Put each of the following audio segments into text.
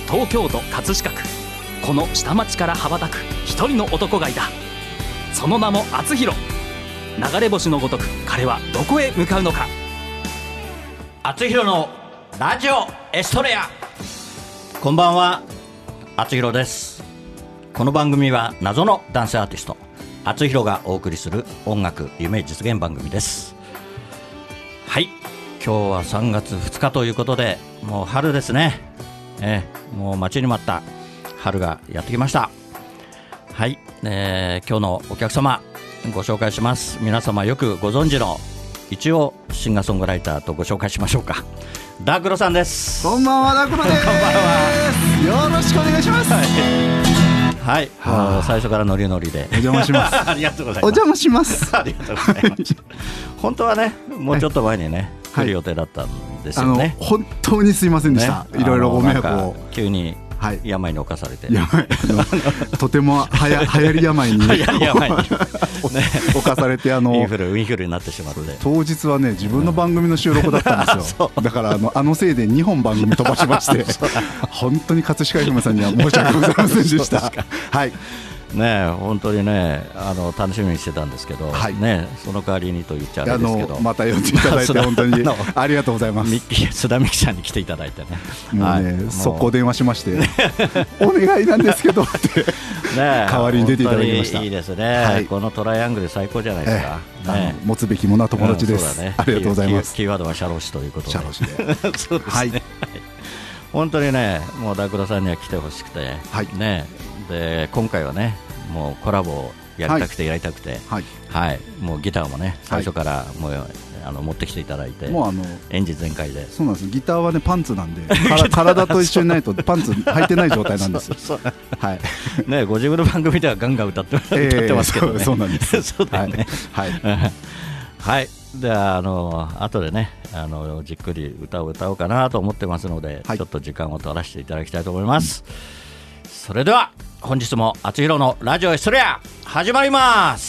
東京都葛飾区、この下町から羽ばたく一人の男がいた。その名も厚弘。流れ星のごとく彼はどこへ向かうのか。 厚弘のラジオエストレア。こんばんは、厚弘です。この番組は謎の男性アーティスト厚弘がお送りする音楽夢実現番組です。はい、今日は3月2日ということで、もう春ですね。もう待ちに待った春がやってきました。はい、今日のお客様ご紹介します。皆様よくご存知の一応シンガーソングライターとご紹介しましょうか。ダークロさんです。 こんばんは、ダークロです。 こんばんは。 よろしくお願いします。 はい、最初からノリノリでお邪魔します。 ありがとうございます。 お邪魔します。 ありがとうございます本当はね、もうちょっと前にね、来る予定だったんですよね。 本当にすいませんでした、いろいろご迷惑を。 急に病に侵されて、 とても流行り病に侵されて、インフルになってしまって、 当日はね、自分の番組の収録だったんですよ。だからあのせいで2本番組飛ばしまして本当に葛飾 FM さんには申し訳ございませんでした。はいね、本当にね、楽しみにしてたんですけど、ね、その代わりにと言っちゃあれですけど、 また呼んでいただいて本当にありがとうございます。 須田美希さんに来ていただいてね、 もうね、速攻電話しましてお願いなんですけどって代わりに出ていただきました。 いいですね、このトライアングル最高じゃないですか。 持つべきものは友達です。ありがとうございます。 キーワードはシャロシということで、 シャロシでそうですね。本当にね、もうダークロさんには来てほしくてね。で今回はね、もうコラボをやりたくて、もうギターもね、最初からもう持ってきていただいて、もうエンジン全開で。 そうなんです。ギターはね、パンツなんで体と一緒にないとパンツ履いてない状態なんですよ。はいね、ご自分の番組ではガンガン歌ってますけどね。 そうなんです。 そうだよね。はい、では後でね、じっくり歌を歌おうかなと思ってますので、ちょっと時間を取らせていただきたいと思います。それでは本日も厚弘のラジオエストレア始まります。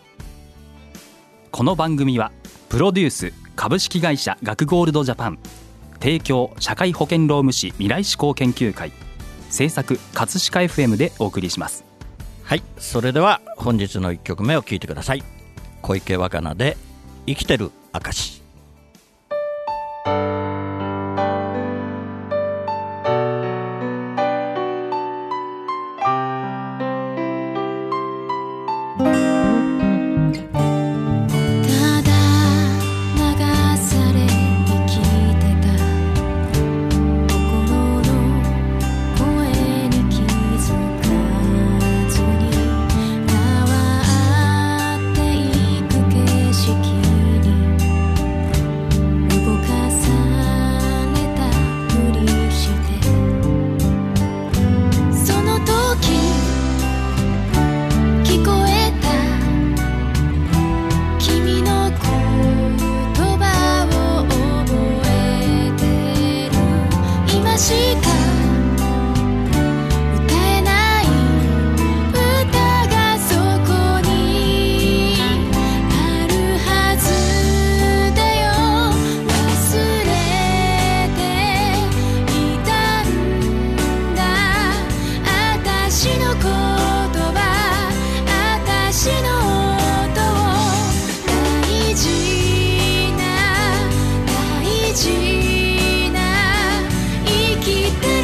この番組はプロデュース株式会社学ゴールドジャパン、提供社会保険労務士未来志向研究会、制作葛飾 FM でお送りします。 はい、それでは本日の1曲目を聴いてください。小池若菜で生きてる証。 生きて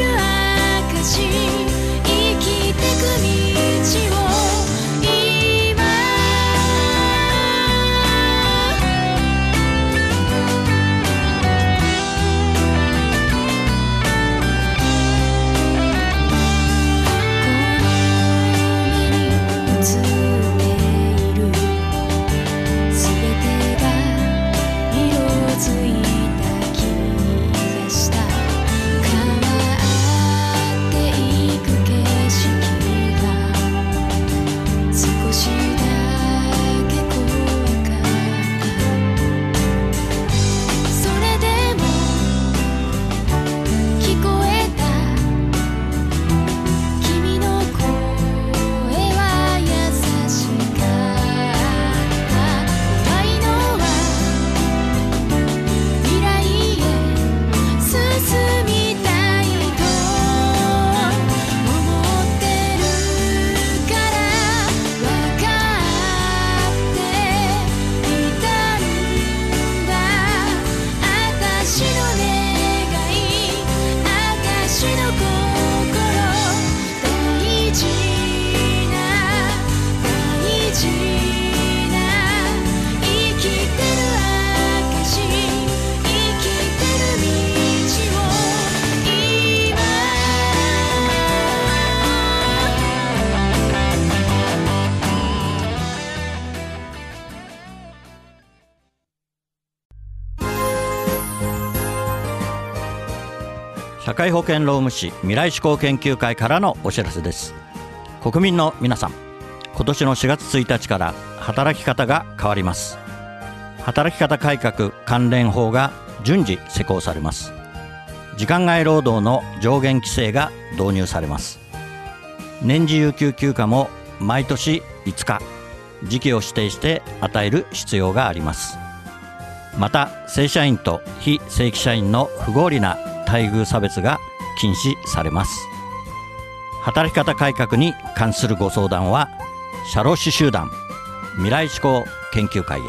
社会保険労務士未来志向研究会からのお知らせです。国民の皆さん、今年の4月1日から働き方が変わります。働き方改革関連法が順次施行されます。時間外労働の上限規制が導入されます。年次有給休暇も毎年5日時期を指定して与える必要があります。また正社員と非正規社員の不合理な待遇差別が禁止されます。働き方改革に関するご相談は社労士集団未来志向研究会へ。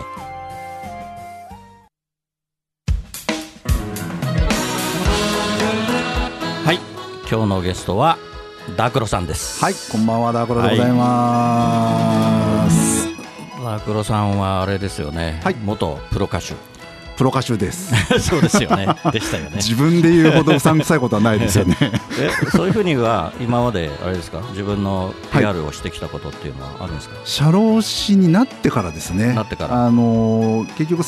はい、今日のゲストはダークロさんです。 はい、こんばんは、ダークロでございます。 ダークロさんはあれですよね、 はい、 元プロ歌手ですそうですよねでしたよね。 自分で言うほどうさんくさいことはないですよねそういうふうには今まであれですか、自分の PR をしてきたことっていうのはあるんですか？ 社労士になってからですね。 なってから、 結局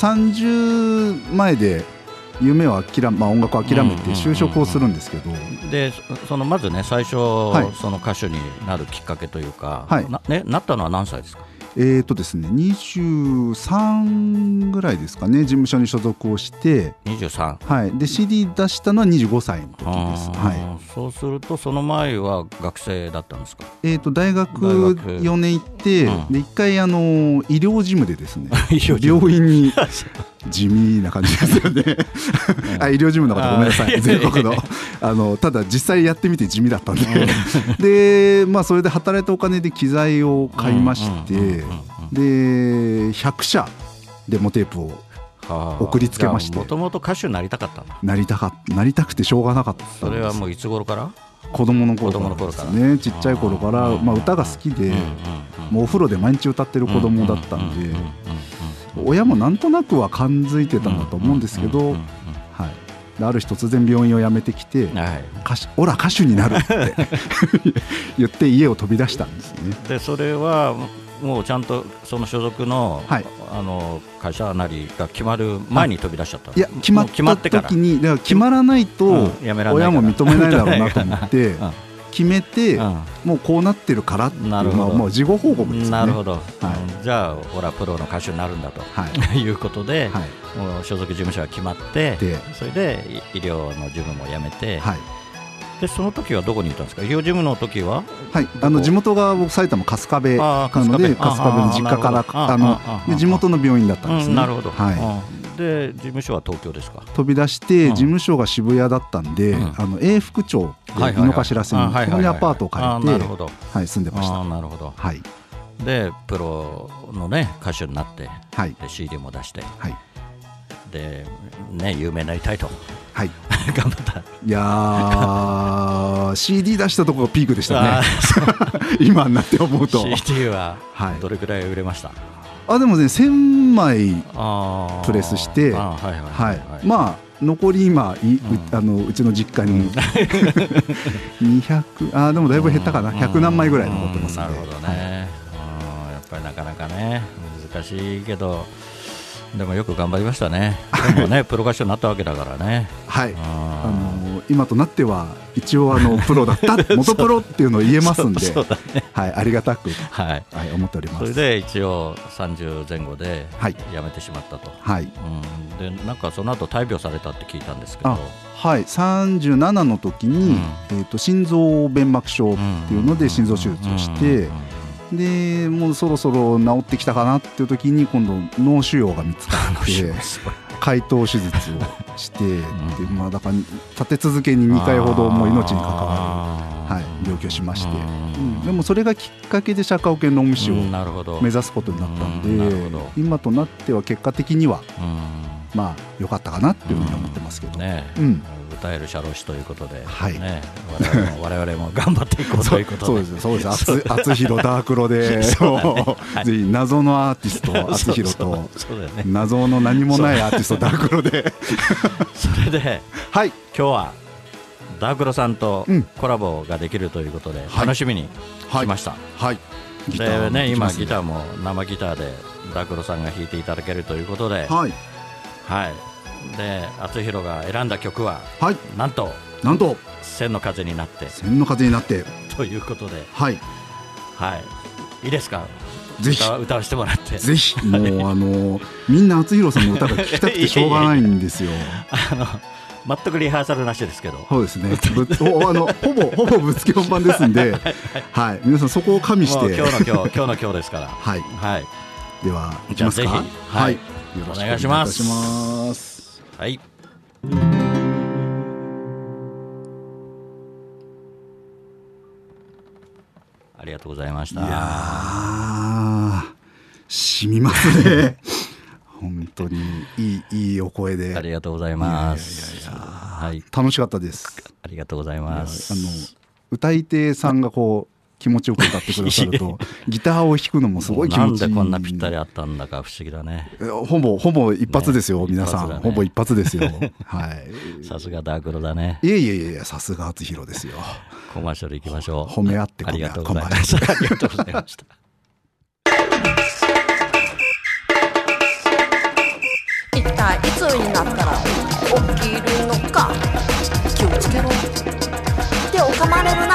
30前で夢を音楽を諦めて就職をするんですけど、 でまずね最初、 はい、 その歌手になるきっかけというか、 はい、 なったのは何歳ですか？ ですね、23ぐらいですかね。事務所に所属をして 23、 はい、で CD 出したのは25歳の時です。はい、 そうするとその前は学生だったんですか？ 大学4年行って、で1回医療事務でですね病院に地味な感じですよね医療事務の方ごめんなさい、全国のただ実際やってみて地味だったんでで、それで働いたお金で機材を買いまして、で100社デモテープを送りつけまして。 もともと歌手になりたかったんだ。 なりたくてしょうがなかったんです。 それはもういつ頃から？ 子供の頃からですね。ちっちゃい頃から、歌が好きで、もうお風呂で毎日歌ってる子供だったんで、親もなんとなくは感づいてたんだと思うんですけど、ある日突然病院を辞めてきて、オラ歌手になるって言って家を飛び出したんですね。 でそれはもうちゃんとその所属の、会社なりが決まる前に飛び出しちゃった。 いや、決まった時にだから決まらないと親も認めないだろうなと思って決めて、もうこうなってるからっていうのはもう事後報告ですね。 なるほど、じゃあ俺はプロの歌手になるんだと、いうことで、もう所属事務所が決まって、それで医療の事務も辞めて、でその時はどこにいたんですか？医療事務の時は、 地元が僕埼玉春日部なので、春日部の実家からで地元の病院だったんですね。 なるほど、で事務所は東京ですか？ 飛び出して事務所が渋谷だったんで、永福町で井の頭線にここにアパートを借りて住んでました。 なるほど、でプロのね歌手になって、で CD も出して、でね有名になりたいと頑張った。 いやCD 出したところがピークでしたね今になって思うと。 CD はどれくらい売れました？ でもね1000枚プレスして、残り今うちの実家に200でもだいぶ減ったかな、100何枚ぐらい残ってますね。 なるほどね、やっぱりなかなかね難しいけど、でもよく頑張りましたね。でもねプロ歌手になったわけだからね。今となっては一応プロだった元プロっていうのを言えますんでありがたく思っております。 それで一応30前後で辞めてしまったと。でなんかその後大病されたって聞いたんですけど、 37の時に心臓弁膜症っていうので心臓手術をして、でもうそろそろ治ってきたかなっていう時に今度脳腫瘍が見つかって開頭手術をしてで、だから立て続けに2回ほどもう命に関わる病気をしまして、でもそれがきっかけで社会保険労務士を目指すことになったので、今となっては結果的には良かったかなっていうふうに思ってますけどね。 歌える社労士ということで、我々も頑張っていこうということで。 そうです厚弘ダークロでぜひ謎のアーティスト厚弘と謎の何もないアーティストダークロでそれで今日はダークロさんとコラボができるということで楽しみに来ました。でね、今ギターも生ギターでダークロさんが弾いていただけるということで、で厚弘が選んだ曲は、なんとなんと千の風になって千の風になってということで、 はいはい、いいですか、 ぜひ歌わせてもらって。 ぜひもうみんな厚弘さんの歌が聴きたくてしょうがないんですよ。 全くリハーサルなしですけど、 そうですねほぼぶつけ本番ですんで、はい、皆さんそこを加味して今日の今日ですからはい、 はい、 ではいきますか。 じゃあぜひ、はい、よろしくお願いします。はい、ありがとうございました。 いやー染みますね本当にいいお声でありがとうございます。はい、 楽しかったです。 ありがとうございます。 歌い手さんがこう気持ちよく歌ってくださるとギターを弾くのもすごい気持ちいい。 なんでこんなぴったりあったんだか不思議だね。 ほぼ一発ですよ、ね、皆さん、ほぼ一発ですよはい。 さすがダークロだね。 いやさすが厚弘ですよ。 コマーシャル行きましょう。 褒め合ってありがとうございました。ありがとうございました。 一体いつになったら起きるのか、気をつけろ手を噛まれるな。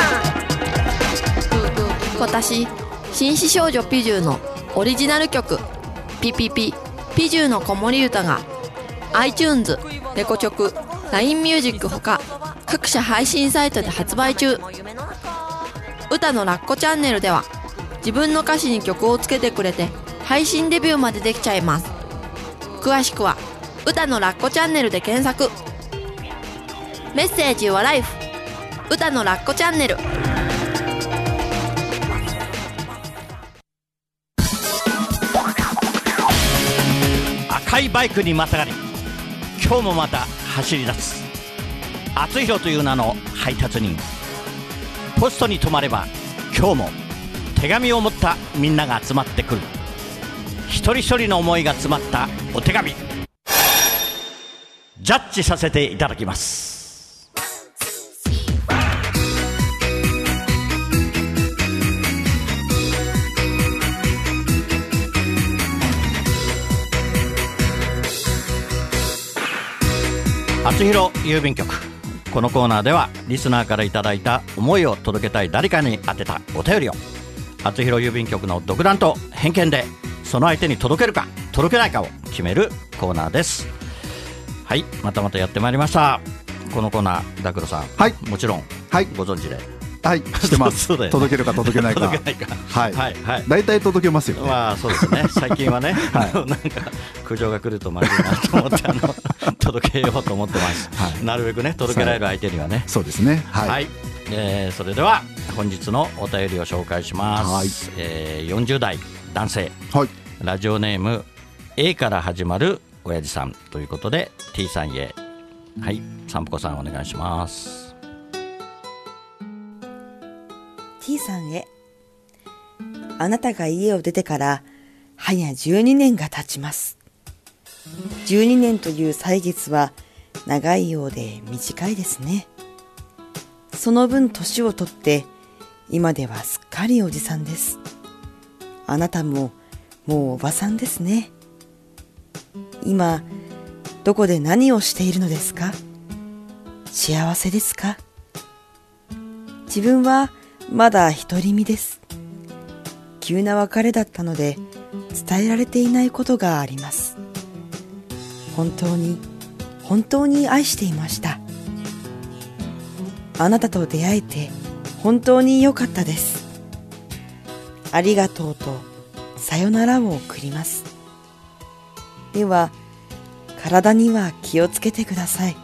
私紳士少女ピジューのオリジナル曲ピピピピジューの子守歌が iTunes、レコチョク、LINE ミュージックほか各社配信サイトで発売中。歌のラッコチャンネルでは自分の歌詞に曲をつけてくれて配信デビューまでできちゃいます。詳しくは歌のラッコチャンネルで検索。メッセージはライフ歌のラッコチャンネル。 赤いバイクにまたがり今日もまた走り出す厚弘という名の配達人。ポストに止まれば今日も手紙を持ったみんなが集まってくる。一人一人の思いが詰まったお手紙、ジャッジさせていただきます。厚弘郵便局。このコーナーではリスナーからいただいた思いを届けたい誰かに宛てたお便りを厚弘郵便局の独断と偏見でその相手に届けるか届けないかを決めるコーナーです。はい、またやってまいりました。このコーナーダクロさん、 はい、 もちろん、 はい、 ご存知で。 はい、してます。 ね、 届けるか届けないか。 届けないか。 はいはいはい。大体届けますよね。 まあそうですね。最近はね、はい、なんか苦情が来るとまずいなと思って届けようと思ってます。はい、なるべくね届けられる相手にはね。 そうですね。はい。 はい、それでは本日のお便りを紹介します。はい、40代男性。はい。ラジオネーム A から始まる親父さんということで T さんへ。はい、散歩さんお願いします。 T さんへ。あなたが家を出てから早12年が経ちます。12年という歳月は長いようで短いですね。その分年をとって今ではすっかりおじさんです。あなたももうおばさんですね。今どこで何をしているのですか？幸せですか？自分はまだ独り身です。急な別れだったので伝えられていないことがあります。本当に愛していました。あなたと出会えて本当に良かったです。ありがとうとさよならを送ります。では体には気をつけてください。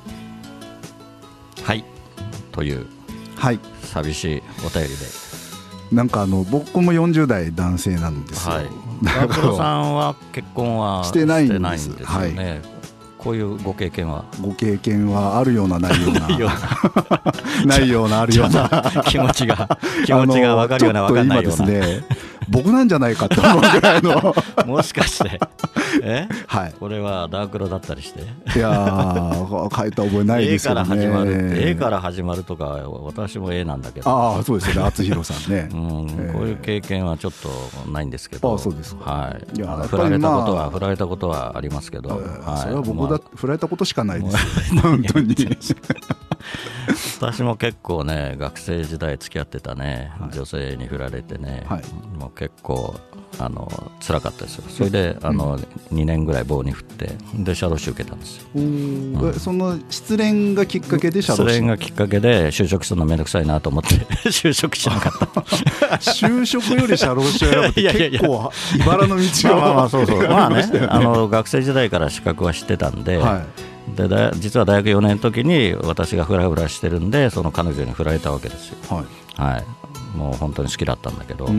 はい、という、 はい、 寂しいお便りで、 なんか僕も40代男性なんですよ。 ダクロさんは結婚はしてないんですよね。はい、こういうご経験はあるようなないようなないようなあるような気持ちが分かるような分かんないような。 僕なんじゃないかと思うぐらいのもしかしてはい、 これはダークロだったりして。 いやー書いた覚えないですよね。 A から始まるとか私も A なんだけど。 ああそうですよね、厚弘さんね、 こういう経験はちょっとないんですけど。 あそうですか。 はい、振られたことはありますけど、 それは僕だ振られたことしかないです本当に私も結構ね学生時代付き合ってたね、 はい、 女性に振られてね、 はい、 もう結構辛かったですよ。それで2年ぐらい棒に振ってで社労士受けたんですよ。 その失恋がきっかけで社労士？ 失恋がきっかけで就職するのめんどくさいなと思って就職しなかった就職より社労士を選ぶって結構茨の道をそうそうまあね学生時代から資格は知ってたんで、はい、で実は大学4年の時に私がフラフラしてるんでその彼女に振られたわけですよ。はい、はい、もう本当に好きだったんだけど、はい、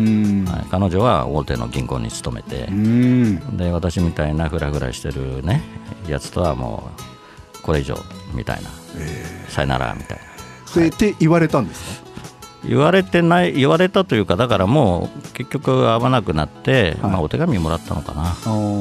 彼女は大手の銀行に勤めてで私みたいなフラフラしてるねやつとはもうこれ以上みたいな、さよならみたいな、 って言われたんですか？ 言われたというかだからもう結局会わなくなって、はい、お手紙もらったのかな。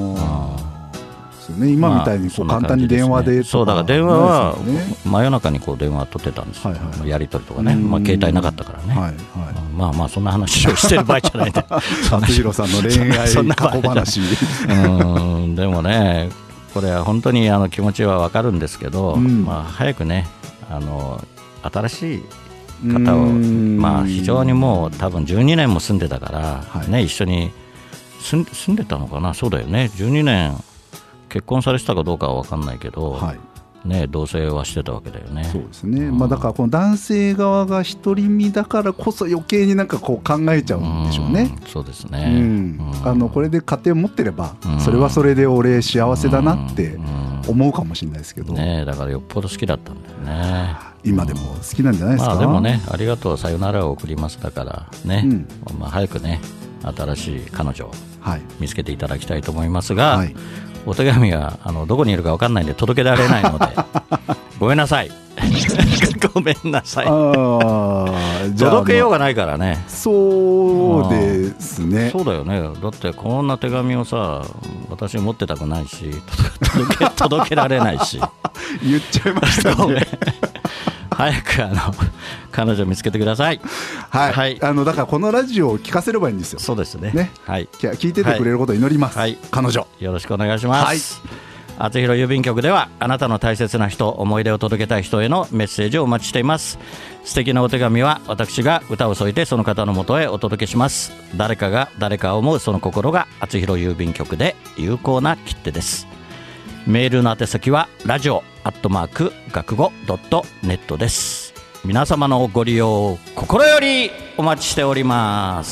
ね、今みたいにこう簡単に電話で、ね、 そうだから電話は真夜中にこう電話取ってたんですよ、はいはい、やり取りとかね、携帯なかったからね、はいはい、まあそんな話をしてる場合じゃないんで厚弘さんの恋愛過去話でもねこれは本当に気持ちは分かるんですけど、早くね新しい方を、非常にもう多分12年も住んでたから、はいね、一緒に住んでたのかな。そうだよね、12年結婚されてたかどうかは分かんないけど、はいね、同棲はしてたわけだよね。 そうですね、だからこの男性側が独り身だからこそ余計になんかこう考えちゃうんでしょうね。 そうですね、 これで家庭を持ってればそれはそれで俺幸せだなって思うかもしれないですけど、 ね、だからよっぽど好きだったんだよね。 今でも好きなんじゃないですか。 でもね、ありがとうさよならを送りますだからね、早くね新しい彼女を見つけていただきたいと思いますが、はい、お手紙はどこにいるか分かんないんで届けられないのでごめんなさいごめんなさい届けようがないからね。 そうですね。 そうだよね。だってこんな手紙をさ私持ってたくないし届けられないし言っちゃいましたね早く彼女見つけてください。 はい、はい、だからこのラジオを聞かせればいいんですよ。 そうですね、 はい、聞いててくれることを祈ります、はい、彼女よろしくお願いします。あつひろ郵便局ではあなたの大切な人思い出を届けたい人へのメッセージをお待ちしています。素敵なお手紙は私が歌を添えてその方のもとへお届けします。誰かが誰かを思うその心があつひろ郵便局で有効な切手です。メールの宛先はラジオ学語.net です。皆様のご利用心よりお待ちしております。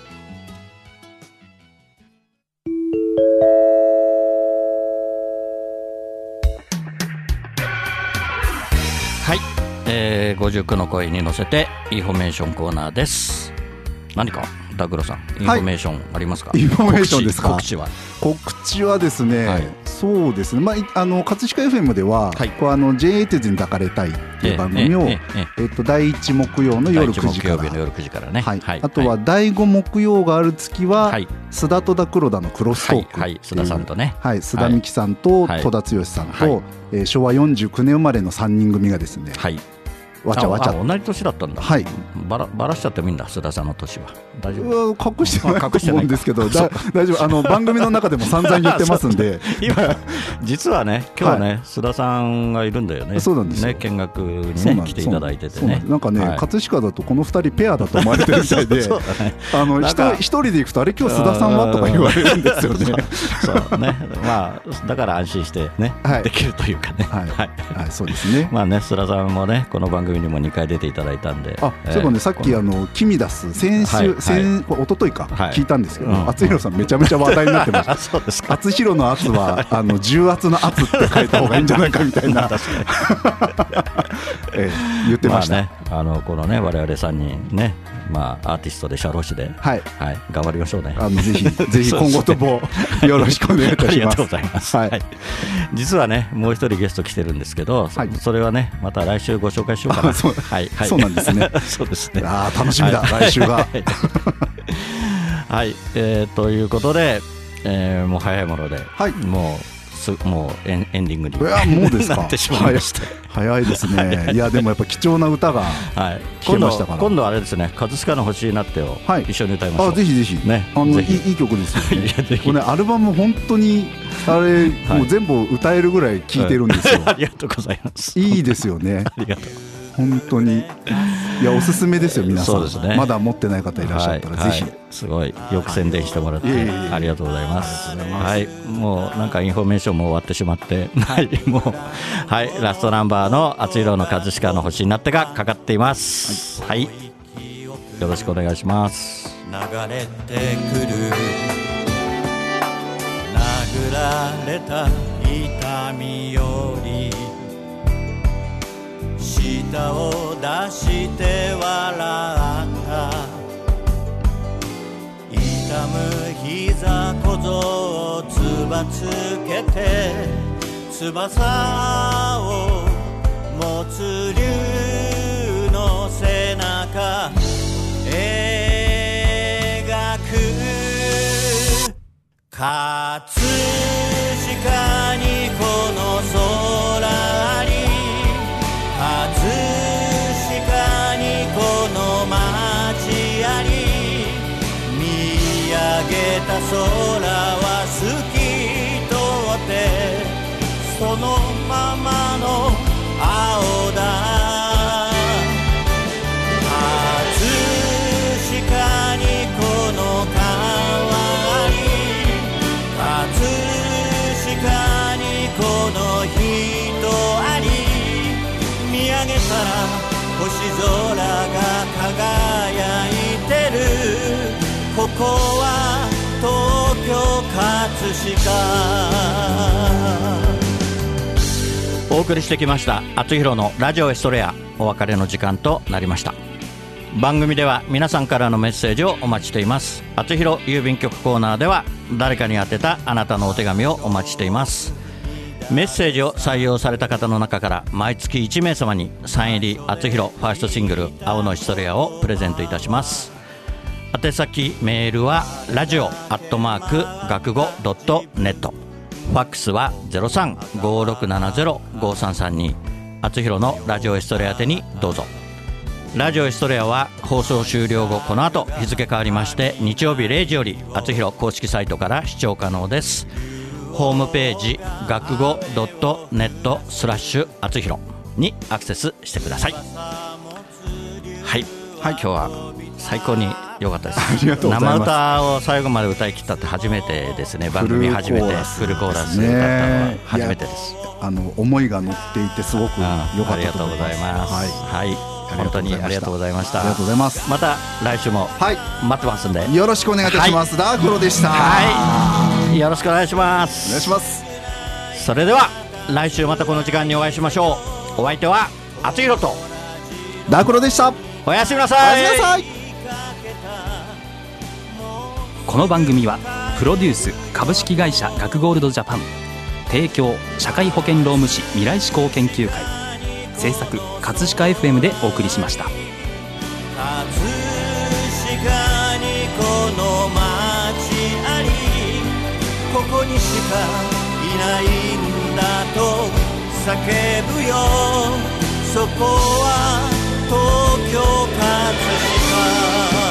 はい、59の声に乗せてインフォメーションコーナーです。何かダグロさんインフォメーションありますか？ インフォメーションですか？ 告知はですね、はい、そうですね、葛飾 FM では、はい、JA 手に抱かれたいっていう番組を、第1木曜の夜9時から、 の夜9時からね、はいはい、 あとは第5木曜がある月は、はい、須田戸田黒田のクロストーク、 はいはい、須田さんとね、 はい、須田美希さんと戸田剛さんと、昭和49年生まれの3人組がですね、はい、わちゃわちゃ同じ年だったんだ。はい、バラしちゃってもいいんだ須田さんの年は。大丈夫？ 隠してないと思うんですけど大丈夫。番組の中でも散々言ってますんで今実はね今日ね、はい、須田さんがいるんだよね。 そうなんですよ、 ね、見学にね来ていただいててね。 なんかね、はい、葛飾だとこの2人ペアだと思われてるみたいで一人で行くとあれ今日須田さんはとか言われるんですよねそうね、だから安心してね、はい、できるというかね、 はいはいはい、そうですね。 ね須田さんもねこの番組にも2回出ていただいたんで、 そういえばねさっきキミダス先週、一昨日か、聞いたんですけど、厚弘さんめちゃめちゃ話題になってましたそうですか。厚弘の圧は重圧の圧って書いた方がいいんじゃないかみたいな言ってました。 ね、このね我々3人ねアーティストで社労士で、はいはい、頑張りましょうね。 ぜひ今後ともよろしくお願いいたします。ありがとうございます。 はい、実はねもう一人ゲスト来てるんですけど、はい、それはねまた来週ご紹介しようかな。 そうなんですね。 そうですね。 楽しみだ、来週が。 はい、ということで、もう早いもので、もうもうエンディングにいやもうですかなってしまいました。 早いですね。いやでもやっぱ貴重な歌が聞けましたから、 今度あれですね、葛飾の星になってを一緒に歌いましょう。 ぜひぜひ、ね、いい曲ですよね。これアルバム本当にあれ、もう全部歌えるぐらい聴いてるんですよ。 ありがとうございます。 いいですよね。 ありがとう。 本当にいやおすすめですよ皆さん。 そうですね、 まだ持ってない方いらっしゃったらぜひ、 すごいよく宣伝してもらってありがとうございます。はい、もうなんかインフォメーションも終わってしまって、はい、もうはい、ラストナンバーの厚弘の葛飾の星になってがかかっています。はい、よろしくお願いします。 流れてくる殴られた痛みより舌を出して笑った痛む膝小僧をつばつけて翼を持つ竜の背中描く葛飾にこの空あり葛飾にこの街あり見上げた空は透き通ってそのままの青だ葛飾にこの川あり葛飾にこの人あり見上げたら星空が輝いてるここは東京葛飾。 お送りしてきました厚弘のラジオエストレア、お別れの時間となりました。番組では皆さんからのメッセージをお待ちしています。厚弘郵便局コーナーでは誰かに宛てたあなたのお手紙をお待ちしています。メッセージを採用された方の中から毎月1名様にサイン入り厚弘ファーストシングル青のエストレアをプレゼントいたします。宛先メールはラジオ学語.net、ファックスは 03-5670-5332、 厚弘のラジオエストレア宛てにどうぞ。ラジオエストレアは放送終了後この後日付変わりまして日曜日0時より厚弘公式サイトから視聴可能です。ホームページ学語.net/厚弘にアクセスしてください。はい、今日は最高に良かったです。 ありがとうございます。 生歌を最後まで歌い切ったって初めてですね。番組初めてフルコーラス歌ったのは初めてです。 思いが乗っていてすごく良かったと思います。 ありがとうございます。はい、本当にありがとうございました。 ありがとうございます。 また来週も待ってますんで、 よろしくお願いいたします。ダークロでした。 よろしくお願いします。 お願いします。 それでは来週またこの時間にお会いしましょう。お相手は厚弘とダークロでした。 おやすみなさい。 おやすみなさい。 この番組はプロデュース株式会社学ゴールドジャパン、提供社会保険労務士未来志向研究会、制作葛飾 FM でお送りしました。 葛飾にこの街ありここにしかいないんだと叫ぶよ。そこは東京葛飾。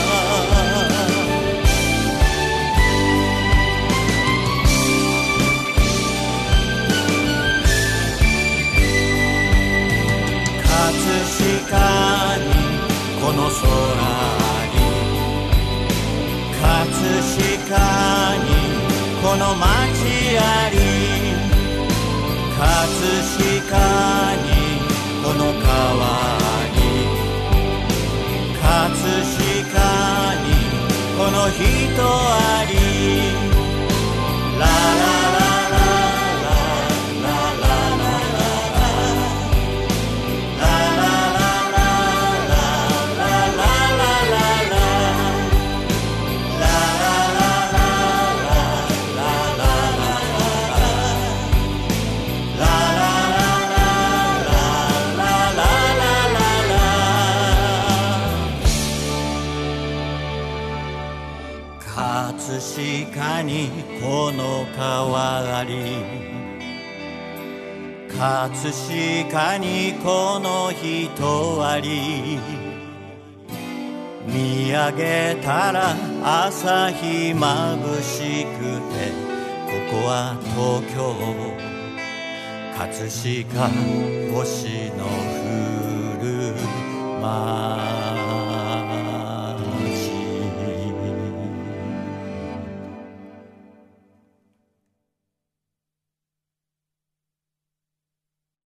葛飾にこの空に葛飾にこの街あり葛飾にこの川に葛飾にこの人ありラララ確かにこの変わり葛飾にこの人あり見上げたら朝日眩しくてここは東京葛飾星の降る街